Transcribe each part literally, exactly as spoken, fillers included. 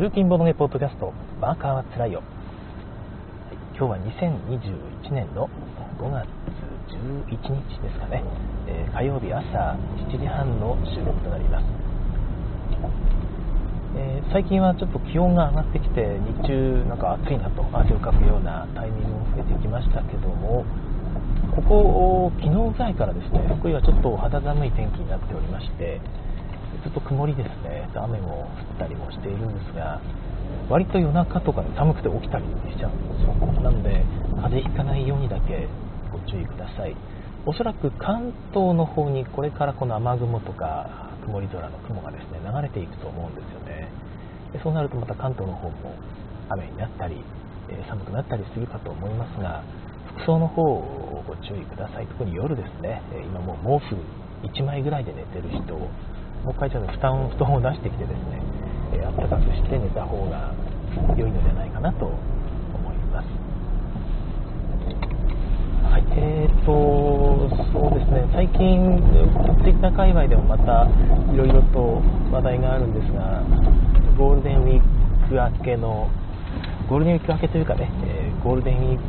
通勤ボドゲポッドキャストマーカーはつらいよ、はい、今日はにせんにじゅういちねんのごがつじゅういちにちですかね、えー、火曜日朝しちじはんの収録となります。えー、最近はちょっと気温が上がってきて日中なんか暑いなと汗をかくようなタイミングも増えてきましたけども、ここ昨日ぐらいからですね、福井はちょっと肌寒い天気になっておりまして、ずっと曇りですね。雨も降ったりもしているんですが、割と夜中とかに寒くて起きたりしちゃうんですよ。なので風邪ひかないようにだけご注意ください。おそらく関東の方にこれからこの雨雲とか曇り空の雲がですね流れていくと思うんですよね。でそうなるとまた関東の方も雨になったり、えー、寒くなったりするかと思いますが、服装の方をご注意ください。特に夜ですね、えー、今もう毛布いちまいぐらいで寝てる人、もう一回ちょっと負担布団を出してきてですね、えー、暖かくして寝た方が良いのではないかなと思います。はい、えーとそうですね、最近ツイッター界隈でもまたいろいろと話題があるんですが、ゴールデンウィーク明けのゴールデンウィーク明けというかね、えー、ゴールデンウィーク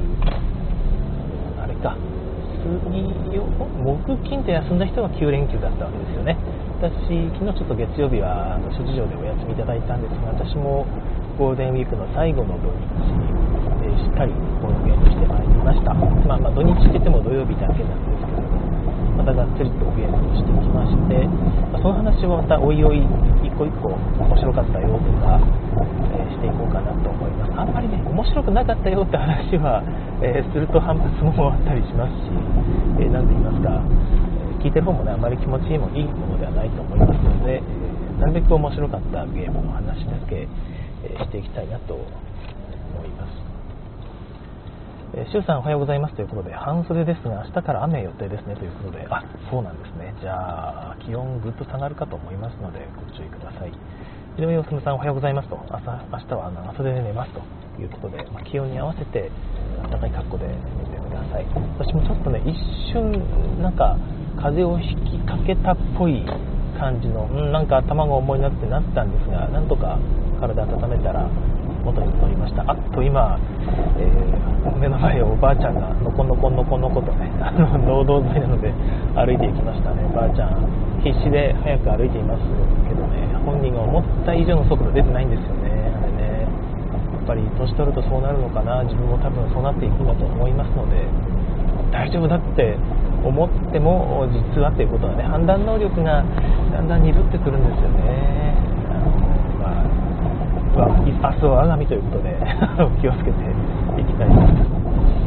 あれか水曜木金と休んだ人はきゅうれんきゅうだったわけですよね。私昨日ちょっと月曜日はあの諸事情でお休みいただいたんですが、私もゴールデンウィークの最後の土日に、えー、しっかりボードゲームしてまいりました。まあ、まあ土日って言っても土曜日だけなんですけれども、またがっつりとゲームをしてきまして、まあ、その話をまたおいおい一個一個面白かったよとか、えー、していこうかなと思います。あんまりね面白くなかったよって話は、えー、すると反発もあったりしますし、えー、なんて言いますか、聞いてる方もねあまり気持ちいいもいいものではないと思いますので、えー、なるべく面白かったゲームの話だけ、えー、していきたいなと思います。えー、しゅうさんおはようございますということで、半袖ですが明日から雨予定ですねということで、あ、そうなんですね。じゃあ気温ぐっと下がるかと思いますのでご注意ください。井上陽さんおはようございますと、朝明日は長袖で寝ますということで、まあ、気温に合わせて暖かい格好で寝てください。私もちょっとね一瞬なんか風邪をひきかけたっぽい感じの、うん、なんか頭が重いなってなったんですが、なんとか体温めたら元に戻りました。あっと今、えー、目の前をおばあちゃんがのこのこのこのことね、あの農道沿いなので歩いていきましたね。ばあちゃん必死で早く歩いていますけどね、本人が思った以上の速度出てないんですよね。あれね、やっぱり年取るとそうなるのかな。自分も多分そうなっていくんだと思いますので、大丈夫だって思っても実はということはね、判断能力がだんだん鈍ってくるんですよね。あの、まあ、明日は我が身ということで気をつけていきたいと思います。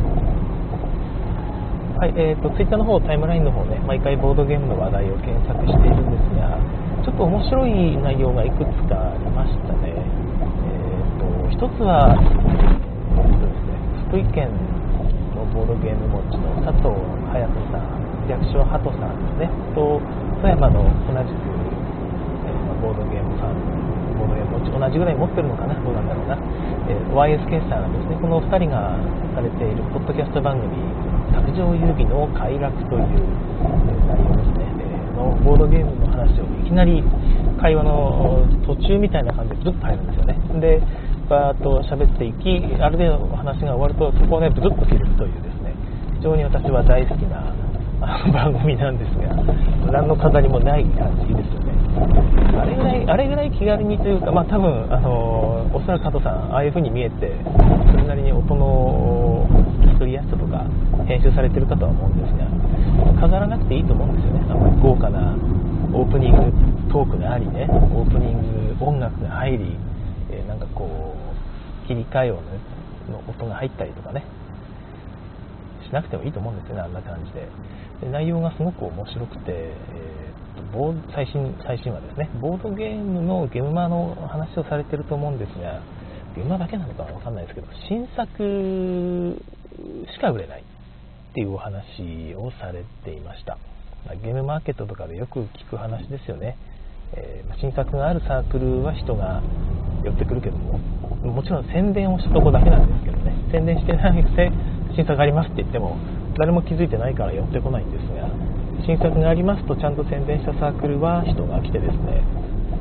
はい、えーと、ツイッターの方、タイムラインの方ね、毎回ボードゲームの話題を検索しているんですが、ちょっと面白い内容がいくつかありましたね。えーと、一つは、えーとですね、福井県のボードゲーム持ちの佐藤隼人さん、略称ハトさんですね、と富山の同じく、えー、ボードゲームファン、ボードゲーム持ち、同じぐらい持ってるのかな、どうなんだろうな、えー、ワイエスケー さんですね、このふたりがされているポッドキャスト番組、卓上遊戯の快楽という内容ですね、えー、のボードゲームの話をいきなり会話の途中みたいな感じでブズッと入るんですよね。でバーッと喋っていき、ある程度話が終わるとそこをねブズッと切るというですね、非常に私は大好きなあの番組なんですが、何の飾りもない感じですよね。あれぐらいあれぐらい気軽にというか、まあ多分あのおそらく加藤さんああいう風に見えてそれなりに音の聞き取りやすさとか編集されてるかとは思うんですが、飾らなくていいと思うんですよね。あんまり豪華なオープニングトークがありね、オープニング音楽が入り、えー、なんかこう切り替え音の音が入ったりとかねしなくてもいいと思うんですよね。あんな感じで、で内容がすごく面白くて、えー、とボー最新最新話ですね、ボードゲームのゲームマの話をされてると思うんですが、ゲームマだけなのかわかんないですけど、新作しか売れないっていうお話をされていました。ゲームマーケットとかでよく聞く話ですよね。えー、新作があるサークルは人が寄ってくるけども、もちろん宣伝をしたとこだけなんですけどね、宣伝してないくせ新作ありますって言っても誰も気づいてないから寄ってこないんですが、新作がありますとちゃんと宣伝したサークルは人が来てですね、えー、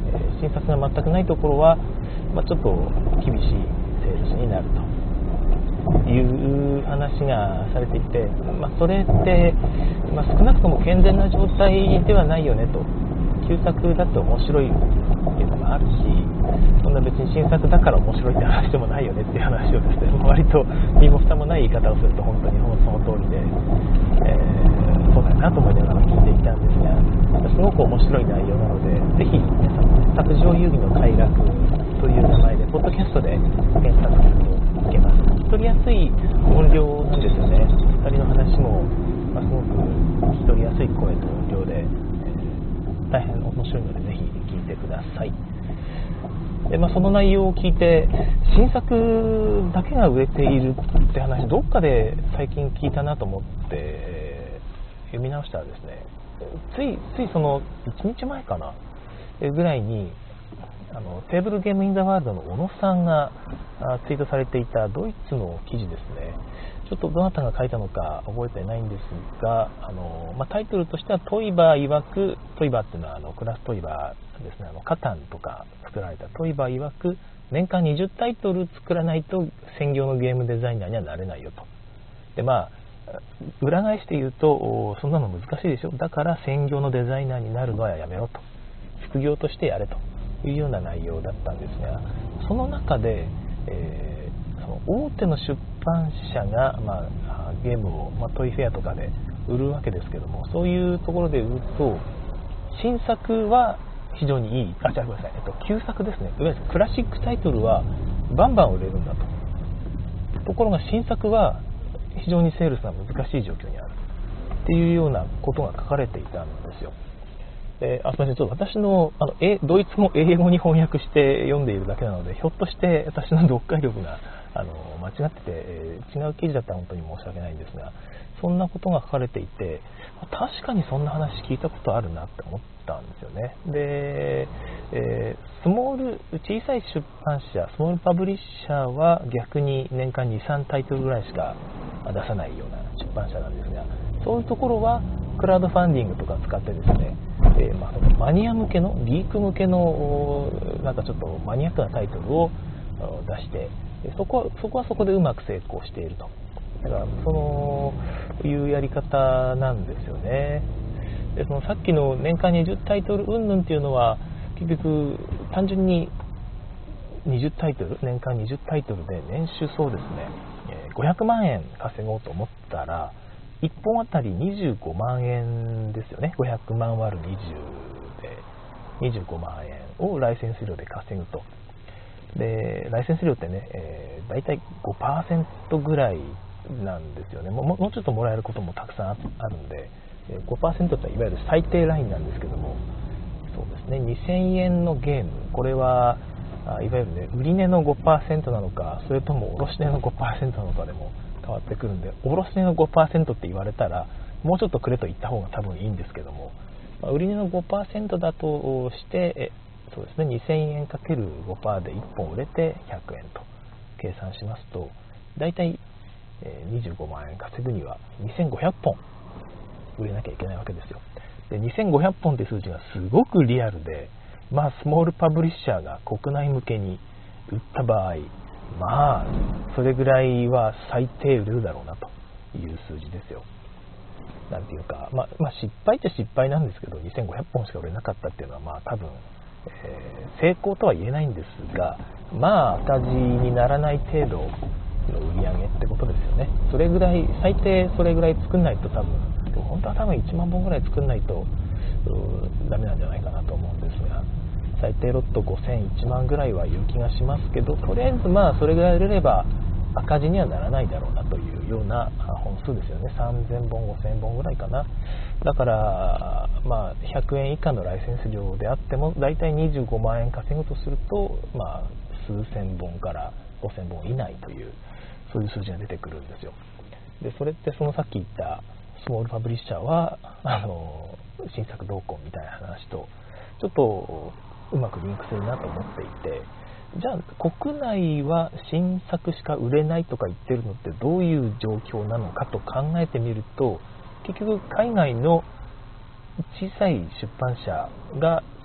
新作が全くないところは、まあ、ちょっと厳しいセールスになるという話がされていて、まあ、それって、まあ、少なくとも健全な状態ではないよねと。旧作だって面白いっていうのもあるし、そんな別に新作だから面白いって話でもないよねっていう話をですね、割と身も蓋もない言い方をすると本当にその通りで、えー、そうだなと思いながら聞いていたんですが、すごく面白い内容なので、ぜひ皆さん、卓上遊戯の快楽という名前でポッドキャストで検索するといけます。聞き取りやすい音量なんですよね。ふたりの話も、まあ、すごく聞き取りやすい声と音量で、大変面白いのでぜひ聞いてください。で、まあ、その内容を聞いて新作だけが売れているって話どっかで最近聞いたなと思って読み直したらですね、ついついそのいちにちまえかなぐらいにあのテーブルゲームインザワールドの小野さんがツイートされていたドイツの記事ですね。ちょっとどなたが書いたのか覚えてないんですが、あの、まあ、タイトルとしてはトイバー曰く、トイバーっていうのはあのクラストイバーですね、あのカタンとか作られたトイバー曰く、年間にじゅうタイトル作らないと専業のゲームデザイナーにはなれないよと。で、まあ裏返して言うと、そんなの難しいでしょ、だから専業のデザイナーになるのはやめろと、副業としてやれというような内容だったんですが、その中で、えーその大手の出版社が、まあ、ゲームを、まあ、トイフェアとかで売るわけですけども、そういうところで売ると新作は非常にいい、あ、違うごめんなさい、えっと、旧作ですね、いわゆるクラシックタイトルはバンバン売れるんだと。ところが新作は非常にセールスが難しい状況にあるっていうようなことが書かれていたんですよ。えー、あすみません、ちょっと私の、あのえドイツ語英語に翻訳して読んでいるだけなので、ひょっとして私の読解力があの間違ってて、えー、違う記事だったら本当に申し訳ないんですが、そんなことが書かれていて、確かにそんな話聞いたことあるなって思ったんですよね。で、えー、スモール小さい出版社、スモールパブリッシャーは逆に年間に、さんタイトルぐらいしか出さないような出版社なんですが、そういうところはクラウドファンディングとか使ってですね、えーまあ、そのマニア向けのギーク向けのなんかちょっとマニアックなタイトルを出して、そこはそこはそこでうまく成功していると。だからそのいうやり方なんですよね。で、そのさっきの年間にじゅうタイトル云々っていうのは結局単純ににじゅうタイトル、年間にじゅうタイトルで年収そうですね、ごひゃくまんえん稼ごうと思ったらいっぽんあたりにじゅうごまんえんですよね。ごひゃくまん割るにじゅうでにじゅうごまんえんをライセンス料で稼ぐと。で、ライセンス料ってね、えー、だいたい ごパーセント ぐらいなんですよね。もう、もうちょっともらえることもたくさんあるんで、 ごパーセント っていわゆる最低ラインなんですけども、そうですね、にせんえんのゲーム、これはいわゆるね、売り値の ごパーセント なのか、それとも卸値の ごパーセント なのかでも変わってくるんで、卸値の ごパーセント って言われたらもうちょっとくれと言った方が多分いいんですけども、まあ、売り値の ごパーセント だとしてえそうですね、にせんえんかけるごパーセント でいっぽん売れてひゃくえんと計算しますと、だいたいにじゅうごまんえん稼ぐにはにせんごひゃっぽん売れなきゃいけないわけですよ。で、にせんごひゃっぽんって数字がすごくリアルで、まあスモールパブリッシャーが国内向けに売った場合、まあそれぐらいは最低売れるだろうなという数字ですよ。なんていうか、まあ、まあ、失敗って失敗なんですけど、にせんごひゃっぽんしか売れなかったっていうのはまあ多分、えー、成功とは言えないんですが、まあ赤字にならない程度の売り上げってことですよね。それぐらい、最低それぐらい作んないと、多分本当は多分いちまんぼんぐらい作んないとダメなんじゃないかなと思うんですが、最低ロットごせんいちまんぐらいはいう気がしますけど、とりあえずまあそれぐらい売れれば赤字にはならないだろうなというような本数ですよね。さんぜんぼんごせんぼんぐらいかな。だからまあひゃくえん以下のライセンス料であってもだいたいにじゅうごまんえん稼ぐとすると、まあ数千本からごせんぼん以内という、そういう数字が出てくるんですよ。で、それってそのさっき言ったスモールパブリッシャーはあの新作動向みたいな話とちょっとうまくリンクするなと思っていて、じゃあ国内は新作しか売れないとか言ってるのってどういう状況なのかと考えてみると、結局海外の小さい出版社が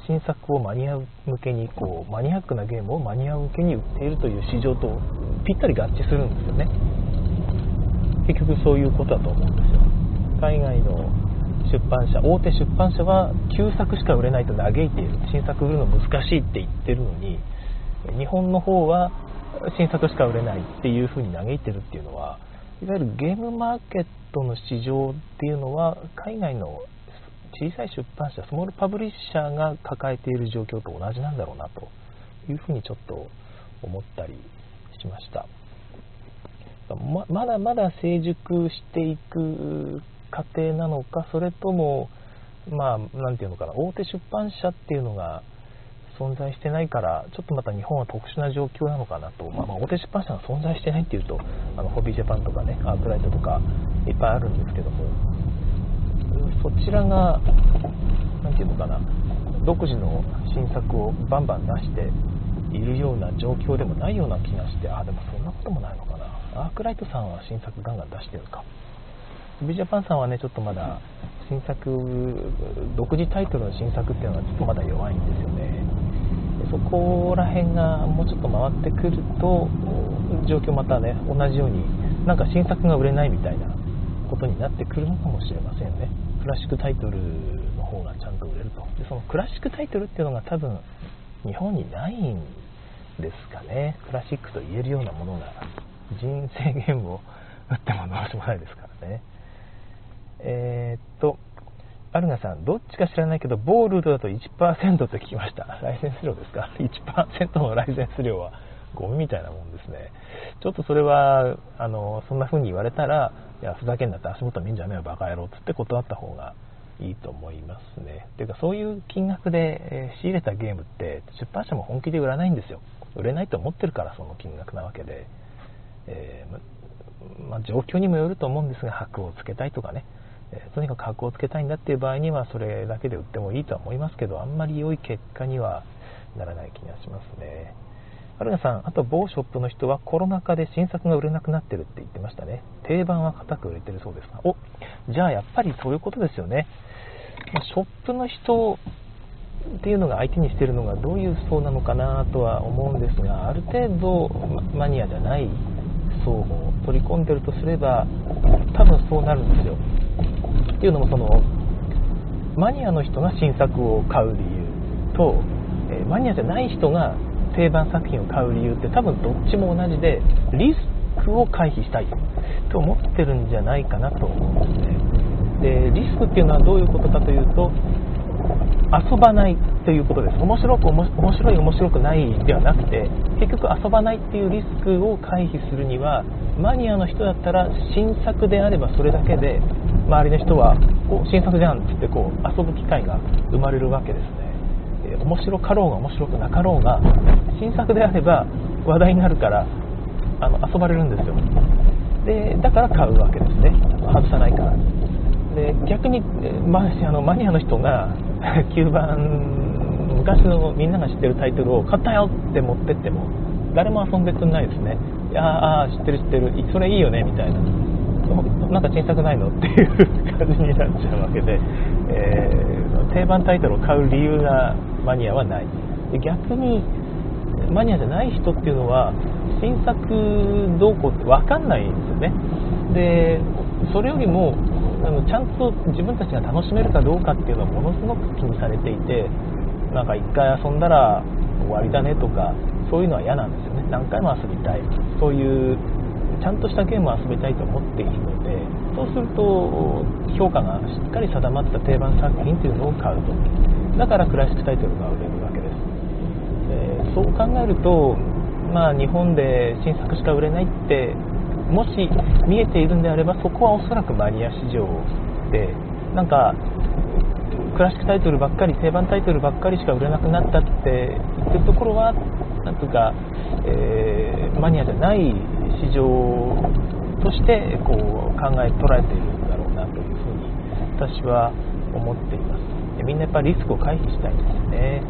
新作をマニア向けにこうマニアックなゲームをマニア向けに売っているという市場とぴったり合致するんですよね。結局そういうことだと思うんですよ。海外の出版社、大手出版社は旧作しか売れないと嘆いている、新作売るの難しいって言ってるのに、日本の方は新作しか売れないっていうふうに嘆いてるっていうのは、いわゆるゲームマーケットの市場っていうのは海外の小さい出版社、スモールパブリッシャーが抱えている状況と同じなんだろうなというふうにちょっと思ったりしました。ま, まだまだ成熟していく過程なのか、それともまあなんていうのかな、大手出版社っていうのが存在してないからちょっとまた日本は特殊な状況なのかなと、まあ、まあ大手出版社が存在してないっていうとあのホビージャパンとかね、アークライトとかいっぱいあるんですけども、そちらがなんていうのかな、独自の新作をバンバン出しているような状況でもないような気がして、あでもそんなこともないのかな。アークライトさんは新作ガンガン出してるか、ホビージャパンさんはねちょっとまだ新作、独自タイトルの新作っていうのはちょっとまだ弱いんですよね。そこら辺がもうちょっと回ってくると状況またね同じようになんか新作が売れないみたいなことになってくるのかもしれませんよね。クラシックタイトルの方がちゃんと売れると。でそのクラシックタイトルっていうのが多分日本にないんですかね。クラシックと言えるようなものが人生ゲームを売ってもどうしようもないですからね。えー、っとアルガさん、どっちか知らないけどボールドだと いちパーセント と聞きました。ライセンス料ですか？ いちパーセント のライセンス料はゴミみたいなもんですね。ちょっとそれはあのそんな風に言われたら、いやふざけんなって足元見んじゃねえよバカ野郎っつって断った方がいいと思いますね。というかそういう金額で、えー、仕入れたゲームって出版社も本気で売らないんですよ。売れないと思ってるからその金額なわけで、えーまあ、状況にもよると思うんですが、箔をつけたいとかね、えー、とにかく箔をつけたいんだっていう場合にはそれだけで売ってもいいとは思いますけど、あんまり良い結果にはならない気がしますね。アルガさん、あと某ショップの人はコロナ禍で新作が売れなくなってるって言ってましたね。定番は固く売れてるそうですが、お、じゃあやっぱりそういうことですよね。まあ、ショップの人っていうのが相手にしてるのがどういう層なのかなとは思うんですが、ある程度マニアじゃない層も取り込んでるとすれば多分そうなるんですよ。っていうのもそのマニアの人が新作を買う理由と、えー、マニアじゃない人が定番作品を買う理由って多分どっちも同じで、リスクを回避したいと思ってるんじゃないかなと思うんですね。でリスクっていうのはどういうことかというと、遊ばないということです。面白く面白い面白くないではなくて、結局遊ばないっていうリスクを回避するには、マニアの人だったら新作であればそれだけで周りの人はお新作じゃんってってこう遊ぶ機会が生まれるわけですね。えー、面白かろうが面白くなかろうが新作であれば話題になるからあの遊ばれるんですよ。でだから買うわけですね。外さないから。で逆に、ま、あのマニアの人がきゅうばん昔のみんなが知ってるタイトルを買ったよって持ってっても誰も遊んでくんないですね。いやあ知ってる知ってるそれいいよねみたいな、なんか新作ないのっていう感じになっちゃうわけで、えー、定番タイトルを買う理由がマニアはない。で逆にマニアじゃない人っていうのは新作どうこうって分かんないんですよね。でそれよりもあのちゃんと自分たちが楽しめるかどうかっていうのはものすごく気にされていて、なんか一回遊んだら終わりだねとかそういうのは嫌なんですよね。何回も遊びたい、そういうちゃんとしたゲームを遊びたいと思っているので、そうすると評価がしっかり定まった定番作品というのを買うと。だからクラシックタイトルが売れるわけです。でそう考えると、まあ、日本で新作しか売れないってもし見えているんであれば、そこはおそらくマニア市場で、なんかクラシックタイトルばっかり定番タイトルばっかりしか売れなくなったって言ってるところはなんとか、えー、マニアじゃない市場としてこう考え捉えているんだろうなというふうに私は思っています。みんなやっぱりリスクを回避したいですね。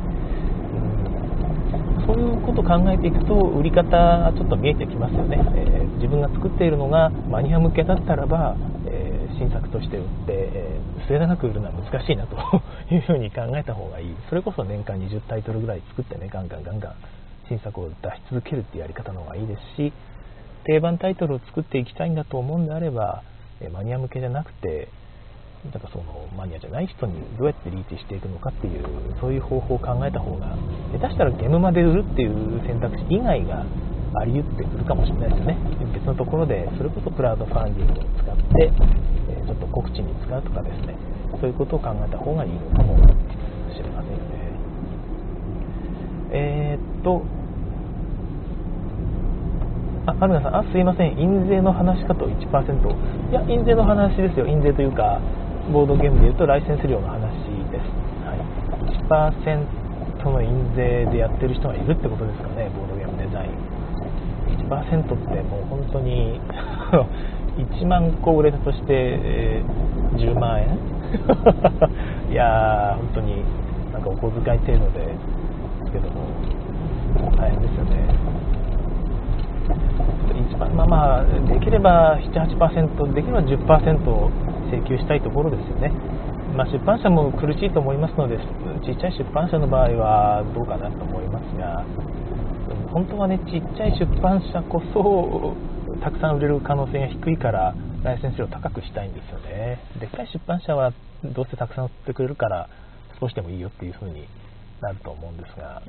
うん、そういうことを考えていくと売り方ちょっと見えてきますよね。えー、自分が作っているのがマニア向けだったらば、えー、 新作として売って、えー、末永く売るのは難しいなというふうに考えた方がいい。それこそ年間にじゅうタイトルぐらい作ってね、ガンガンガンガン新作を出し続けるっていうやり方の方がいいですし、定番タイトルを作っていきたいんだと思うんであれば、えー、マニア向けじゃなくて、なんかそのマニアじゃない人にどうやってリーチしていくのかっていう、そういう方法を考えた方が、下手したらゲームまで売るっていう選択肢以外があり得ってくるかもしれないですよね。別のところでそれこそクラウドファンディングを使って、えー、ちょっと告知に使うとかですね、そういうことを考えた方がいいのかもしれませんよね。えー、っとあ、春菜さん、あ、すいません、印税の話かと いちパーセント。 いや、印税の話ですよ。印税というかボードゲームでいうとライセンス料の話です、はい、いちパーセント の印税でやってる人がいるってことですかね。ボードゲームデザイン いちパーセント ってもう本当にいちまんこ売れたとして、えー、じゅうまんえんいやー本当になんかお小遣い程度でですけども大変ですよね。一番まあまあできれば なな、はちパーセント、できれば じゅっパーセント 請求したいところですよね。まあ、出版社も苦しいと思いますので、ちっちゃい出版社の場合はどうかなと思いますが、本当はね、ちっちゃい出版社こそたくさん売れる可能性が低いからライセンス料高くしたいんですよね。でっかい出版社はどうせたくさん売ってくれるから少しでもいいよっていう風になると思うんですが、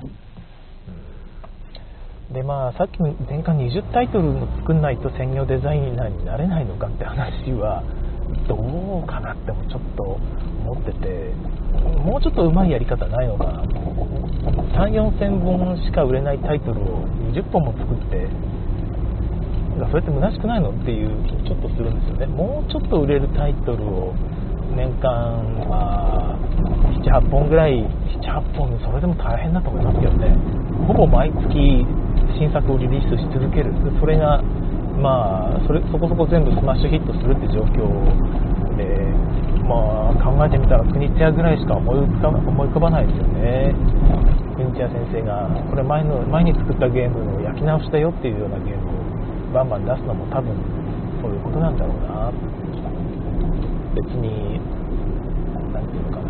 うん、でまあさっきの年間にじゅうタイトルも作んないと専業デザイナーになれないのかって話はどうかなってもちょっと思ってて、もうちょっと上手いやり方ないのかな。さん、よんせんぼんしか売れないタイトルをにじゅっぽんも作ってそれって虚しくないのっていう気にちょっとするんですよね。もうちょっと売れるタイトルを年間まあなな、はっぽんぐらい、なな、はっぽんそれでも大変だと思いますけどね。ほぼ毎月新作をリリースし続ける、それがまあそれそこそこ全部スマッシュヒットするって状況で、まあ考えてみたら国津屋ぐらいしか思い浮かば、思い浮かばないですよね。国津屋先生がこれ前の前に作ったゲームの焼き直しだよっていうようなゲームをバンバン出すのも多分そういうことなんだろうな。別に何ていうのか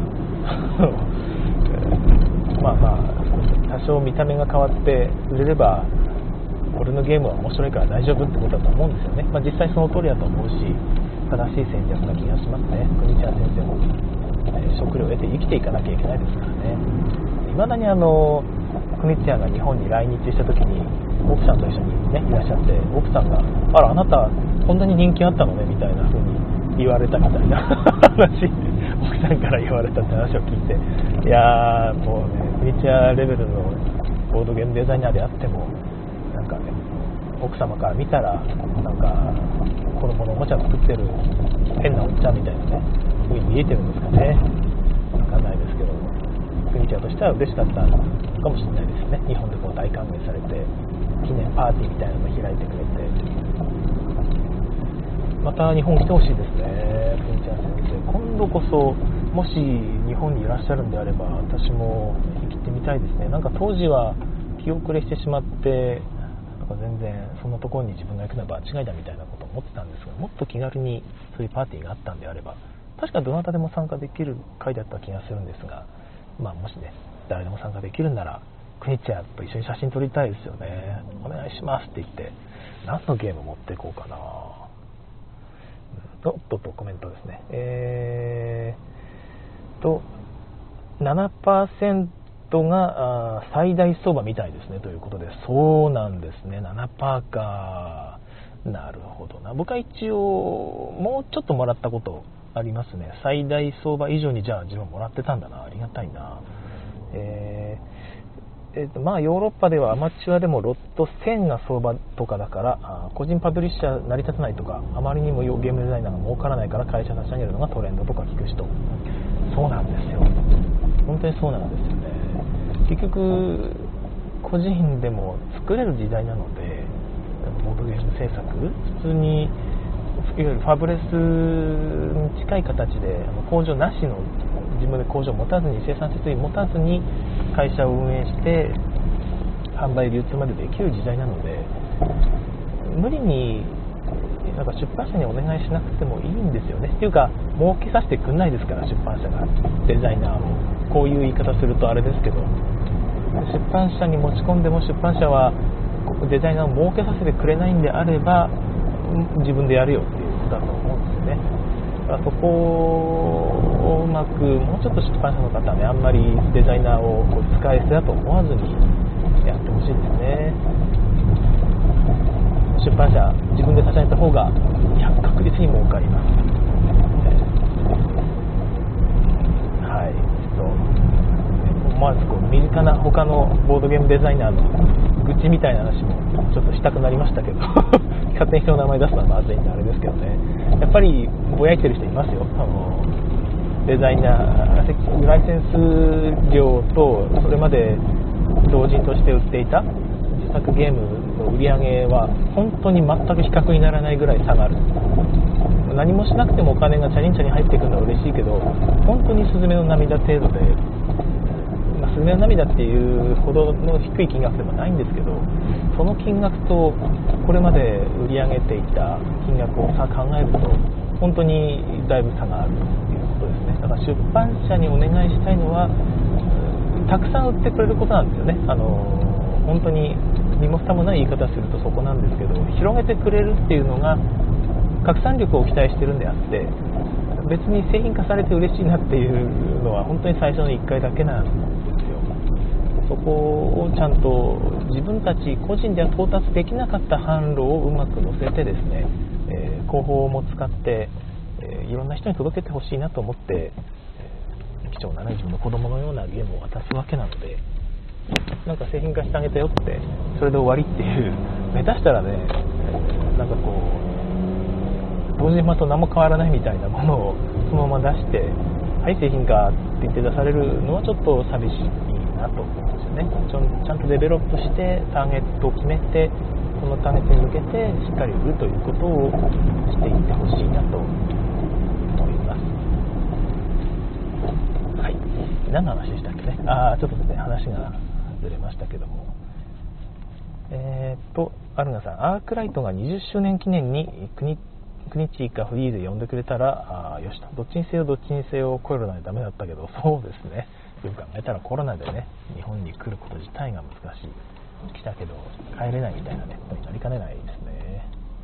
なまあまあ多少見た目が変わって売れれば俺のゲームは面白いから大丈夫ってことだと思うんですよね。まあ、実際その通りだと思うし正しい戦略な気がしますね。国ちゃん先生も、えー、食料を得て生きていかなきゃいけないですからね。いまだにあの国ちゃんが日本に来日した時に奥さんと一緒に、ね、いらっしゃって、奥さんがあらあなたこんなに人気あったのねみたいな風に言われたみたいな話奥さんから言われたって話を聞いて、いやーもうね国ちゃんレベルのボードゲームデザイナーであってもなんかね奥様から見たらなんか子供のおもちゃを作ってる変なおっちゃんみたいなね風に見えてるんですかね。わかんないですけど国ちゃんとしては嬉しかったかもしれないですね。日本でこう大歓迎されて記念パーティーみたいなのを開いてくれて、また日本来てほしいですね。国ちゃん先生今度こそもし日本にいらっしゃるんであれば私も行ってみたいですね。なんか当時は気遅れしてしまってなんか全然そんなところに自分が行くのは間違いだみたいなことを思ってたんですが、もっと気軽にそういうパーティーがあったんであれば確かどなたでも参加できる会だった気がするんですが、まあもしね誰でも参加できるなら国ちゃんと一緒に写真撮りたいですよね。お願いしますって言って何のゲーム持っていこうかな。おっとっとコメントですね。えーと ななパーセント が最大相場みたいですねということで、そうなんですね。 ななパーセント か。なるほどな。僕は一応もうちょっともらったことありますね。最大相場以上にじゃあ自分もらってたんだな。ありがたいな。えーえーとまあ、ヨーロッパではアマチュアでもロットせんが相場とかだからあ個人パブリッシャー成り立たないとかあまりにもゲームデザイナーが儲からないから会社立ち上げるのがトレンドとか聞く人、そうなんですよ。本当にそうなんですよね。結局個人でも作れる時代なのでボードゲーム制作普通にいわゆるファブレスに近い形で工場なしの自分で工場を持たずに生産設備持たずに会社を運営して販売流通までできる時代なので無理になんか出版社にお願いしなくてもいいんですよね。っていうか儲けさせてくんないですから、出版社がデザイナーを。こういう言い方するとあれですけど、出版社に持ち込んでも出版社はデザイナーを儲けさせてくれないんであれば自分でやるよっていうことだと思うんですよね。だからそこをうまく、もうちょっと出版社の方はね、あんまりデザイナーをこう使い捨てだと思わずにやってほしいですね。出版社自分で立ち上げた方が確実に儲かります。はい、ちょっと思わずこう身近な他のボードゲームデザイナーの愚痴みたいな話もちょっとしたくなりましたけど勝手に人の名前出すのはまずいんであれですけどね。やっぱりぼやいてる人いますよ。あのデザイナーライセンス料とそれまで同人として売っていた自作ゲームの売り上げは本当に全く比較にならないぐらい差がある。何もしなくてもお金がチャリンチャリン入ってくるのは嬉しいけど、本当にスズメの涙程度で、まあ、スズメの涙っていうほどの低い金額でもないんですけど、その金額とこれまで売り上げていた金額をさ考えると本当にだいぶ差があるということですね。だから出版社にお願いしたいのはたくさん売ってくれることなんですよね。あの本当に身も蓋もない言い方するとそこなんですけど、広げてくれるっていうのが拡散力を期待してるんであって、別に製品化されて嬉しいなっていうのは本当に最初のいっかいだけなんですよ。そこをちゃんと自分たち個人では到達できなかった販路をうまく乗せてですね、えー、広報も使って、えー、いろんな人に届けてほしいなと思って、えー、貴重な、ね、自分の子供のようなゲームを渡すわけなので、なんか製品化してあげたよってそれで終わりっていう、下手したらね、なんかこう同人版と何も変わらないみたいなものをそのまま出して、はい製品化って言って出されるのはちょっと寂しいなと思うんですよね。ちゃん、ちゃんとデベロップしてターゲットを決めて、そのターゲットに向けてしっかり売るということをしていってほしいなと思います。はい、何の話でしたっけね。ああ、ちょっとですね話がずれましたけども、えー、っとアルナさん、アークライトがにじゅっしゅうねん記念に国国チーかフリーで呼んでくれたらあよしと。どっちにせよどっちにせよコロナでダメだったけど、そうですね、よく考えたらコロナでね日本に来ること自体が難しい、来たけど帰れないみたいなねことになりかねないですね。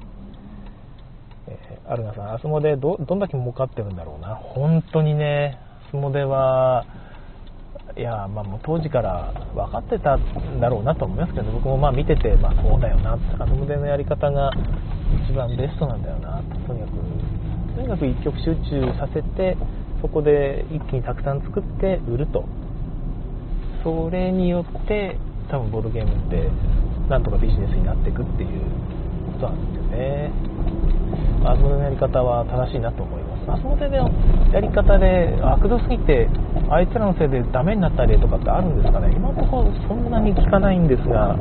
えー、アルナさん、アスモデ ど, どんだけ儲かってるんだろうな。本当にね、アスモデはいや、まあ、もう当時から分かってたんだろうなと思いますけど、僕もまあ見てて、まあ、そうだよな、アスモデのやり方が一番ベストなんだよなと。とにかくとにかく一極集中させて、そこで一気にたくさん作って売ると。それによって多分ボードゲームってなんとかビジネスになっていくっていうことなんですよね。アスモデのやり方は正しいなと思います。アスモデのやり方で悪どすぎてあいつらのせいでダメになったりとかってあるんですかね。今のところそんなに聞かないんですが、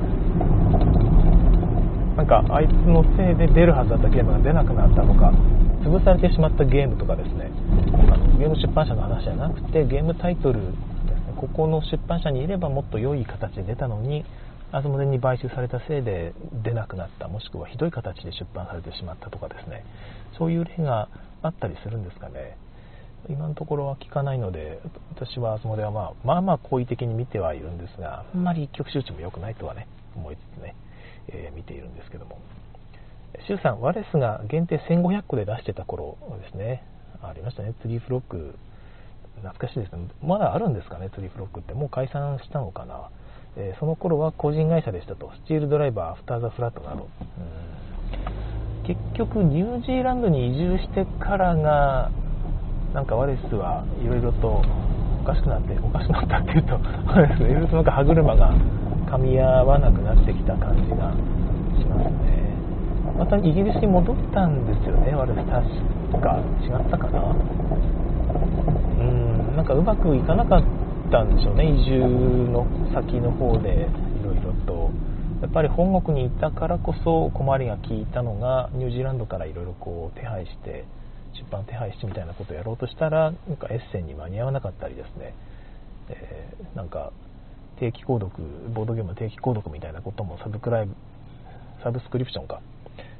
なんかあいつのせいで出るはずだったゲームが出なくなったとか、潰されてしまったゲームとかですね、あのゲーム出版社の話じゃなくてゲームタイトルですね、ここの出版社にいればもっと良い形で出たのにアスモデに買収されたせいで出なくなった、もしくはひどい形で出版されてしまったとかですね、そういう例があったりするんですかね。今のところは聞かないので、私はアスモデは、まあ、まあまあ好意的に見てはいるんですが、あんまり一極集中も良くないとはね思いつつね、えー、見ているんですけども、シュウさん、ワレスが限定せんごひゃっこで出してた頃ですね、ありましたね。ツリーフロック、懐かしいですね。まだあるんですかね、ツリーフロックって。もう解散したのかな。えー、その頃は個人会社でしたと。スチールドライバー、アフターザフラットなど。うん、結局ニュージーランドに移住してからがなんかワレスはいろいろとおかしくなっておかしくなったっていうとワレスいろいろとなんか歯車が噛み合わなくなってきた感じがしますね。またイギリスに戻ったんですよね、ワレス。確か違ったかな。うーん、なんかうまくいかなかったんでしょうね、移住の先の方でいろいろと。やっぱり本国にいたからこそ小回りが効いたのが、ニュージーランドからいろいろこう手配して出版手配してみたいなことをやろうとしたら、なんかエッセンに間に合わなかったりですね、えー、なんか定期購読、ボードゲームの定期購読みたいなこともサブクライブサブスクリプションか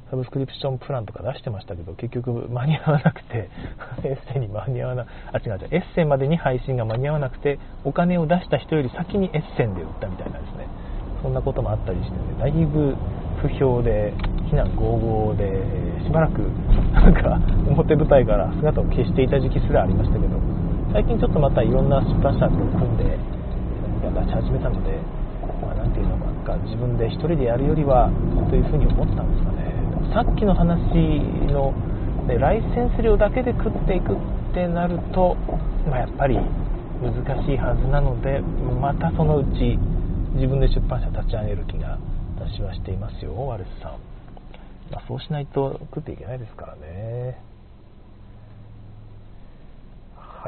サブスクリプションプランとか出してましたけど、結局間に合わなくてエッセイに間に合わなあ違う違うエッセイまでに配信が間に合わなくて、お金を出した人より先にエッセンで売ったみたいなですね、そんなこともあったりして、ね、だいぶ不評で非難合々で、しばらくなんか表舞台から姿を消していた時期すらありましたけど、最近ちょっとまたいろんな出版社と組んで出し始めたので、まあ、なんていうのか自分で一人でやるよりはというふうに思ったんですかね。さっきの話の、ね、ライセンス料だけで食っていくってなると、まあ、やっぱり難しいはずなので、またそのうち自分で出版社立ち上げる気が私はしていますよ、ワレスさん。まあ、そうしないと食っていけないですからね。はい、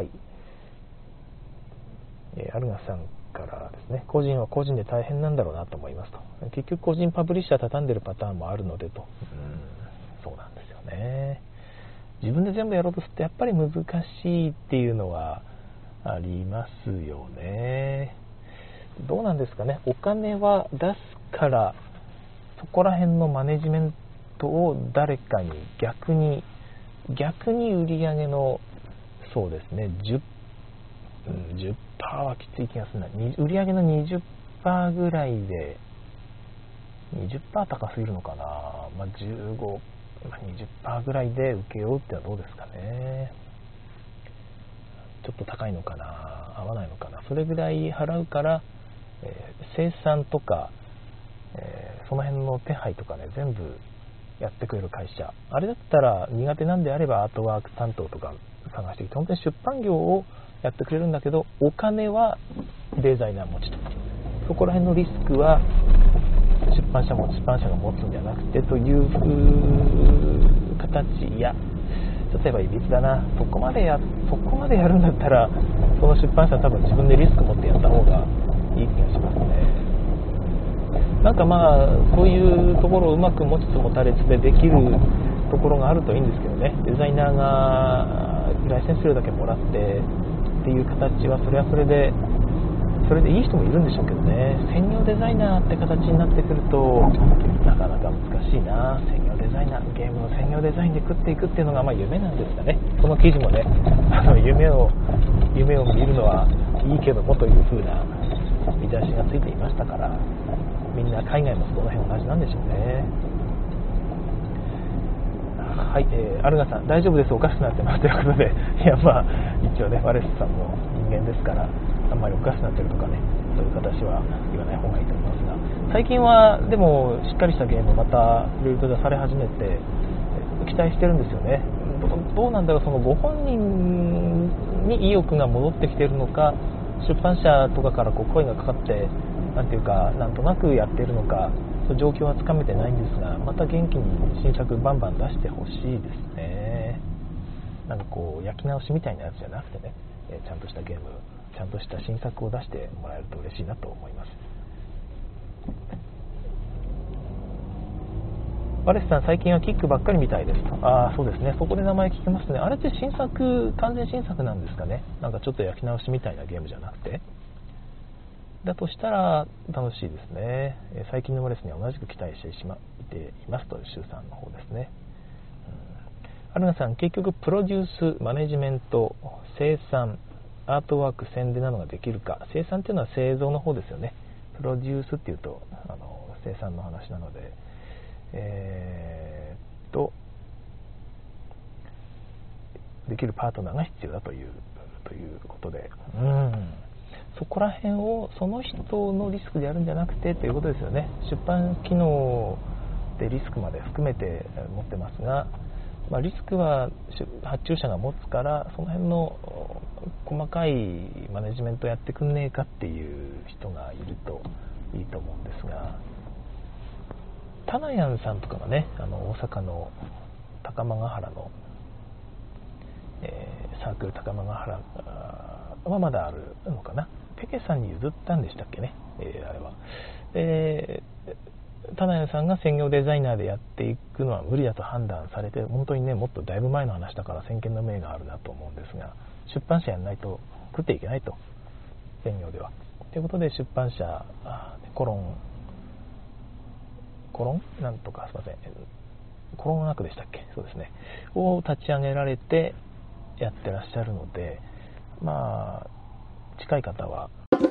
えー、アルガさんからですね、個人は個人で大変なんだろうなと思いますと。結局個人パブリッシャー畳んでるパターンもあるのでと。うん、そうなんですよね。自分で全部やろうとするとやっぱり難しいっていうのはありますよね。どうなんですかね。お金は出すからそこら辺のマネジメントを誰かに逆に逆に売り上げのそうですね じゅう、うん、じゅっパーセント はきつい気がするな。売り上げの にじゅっパーセント ぐらいで にじゅっパーセント 高すぎるのかな、まあ、じゅうご、まあ、にじゅっパーセント ぐらいで請け負うってのはどうですかね。ちょっと高いのかな、合わないのかな。それぐらい払うから、えー、生産とか、えー、その辺の手配とかね全部やってくれる会社、あれだったら苦手なんであればアートワーク担当とか探してきて本当に出版業をやってくれるんだけど、お金はデザイナー持ちと、そこら辺のリスクは出版社も出版社が持つんじゃなくてという形。いやちょっとやっぱいびつだな。そこまでやそこまでやるんだったらその出版社は多分自分でリスク持ってやった方がいい気がしますね。なんかまあそういうところをうまく持ちつ持たれつでできるところがあるといいんですけどね。デザイナーがライセンス料だけもらってっていう形はそれはそれでそれでいい人もいるんでしょうけどね。専業デザイナーって形になってくるとなかなか難しいな。専業デザイナー、ゲームの専業デザインで食っていくっていうのがまあ夢なんですかね。この記事もね、あの夢を夢を見るのはいいけどもという風な見出しがついていましたから、みんな海外もその辺同じなんでしょうね。はい、えー、アルガさん大丈夫です、おかしくなってますということで、いやまあ一応ねワレスさんも人間ですからあんまりおかしくなってるとかね、そういう形は言わない方がいいと思いますが、最近はでもしっかりしたゲームまたいろいろと出され始めて期待してるんですよね。ど, どうなんだろう、そのご本人に意欲が戻ってきているのか、出版社とかからこう声がかかってなんていうかなんとなくやっているのか、その状況はつかめてないんですが、また元気に新作バンバン出してほしいですね。なんかこう焼き直しみたいなやつじゃなくてね、えー、ちゃんとしたゲーム、ちゃんとした新作を出してもらえると嬉しいなと思います。ワレスさん最近はキックばっかりみたいですと。ああそうですね、そこで名前聞きますね。あれって新作、完全新作なんですかね。なんかちょっと焼き直しみたいなゲームじゃなくて、だとしたら楽しいですね。最近のワレスには同じく期待してしまっていますという周さんの方ですね。うん、アルナさん、結局プロデュース、マネジメント、生産、アートワーク、宣伝などができるか。生産っていうのは製造の方ですよね。プロデュースっていうとあの生産の話なので、えー、っとできるパートナーが必要だというということで、うん、そこら辺をその人のリスクでやるんじゃなくてということですよね。出版機能でリスクまで含めて持ってますが、まあ、リスクは発注者が持つから、その辺の細かいマネジメントやってくんねえかっていう人がいるといいと思うんですが、タナヤンさんとかがね、あの大阪の高間ヶ原の、えー、サークル高間ヶ原はまだあるのかな。ペケさんに譲ったんでしたっけね、えー、あれは。えー、タナヤンさんが専業デザイナーでやっていくのは無理だと判断されて、本当にねもっとだいぶ前の話だから先見の明があるなと思うんですが、出版社やんないと食っていけないと、専業では。ということで出版社コロンコロンなんとかすいませんコロナ区でしたっけ、そうですね、を立ち上げられてやってらっしゃるので、まあ近い方は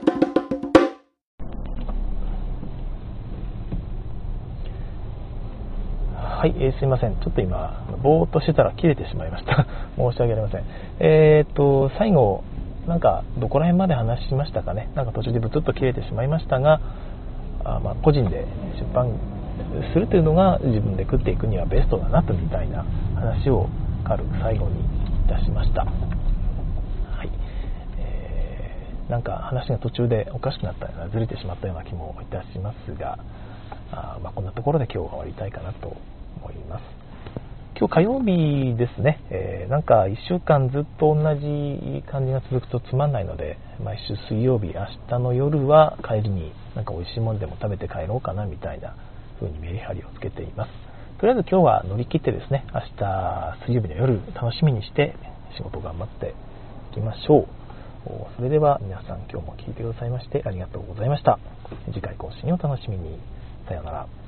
はい、えー、すいません、ちょっと今ぼーっとしてたら切れてしまいました申し訳ありません。えー、っと最後なんかどこら辺まで話しましたかね。なんか途中でブツッと切れてしまいましたが、あまあ個人で出版するというのが自分で食っていくにはベストだなとみたいな話を軽く最後にいたしました。はい、えー、なんか話が途中でおかしくなったような、ずれてしまったような気もいたしますが、あまあこんなところで今日は終わりたいかなと思います。今日火曜日ですね、えー、なんかいっしゅうかんずっと同じ感じが続くとつまんないので、毎週水曜日、明日の夜は帰りになんか美味しいものでも食べて帰ろうかなみたいな風にメリハリをつけています。とりあえず今日は乗り切ってですね、明日水曜日の夜楽しみにして仕事頑張っていきましょう。それでは皆さん今日も聞いてくださいましてありがとうございました。次回更新を楽しみに。さようなら。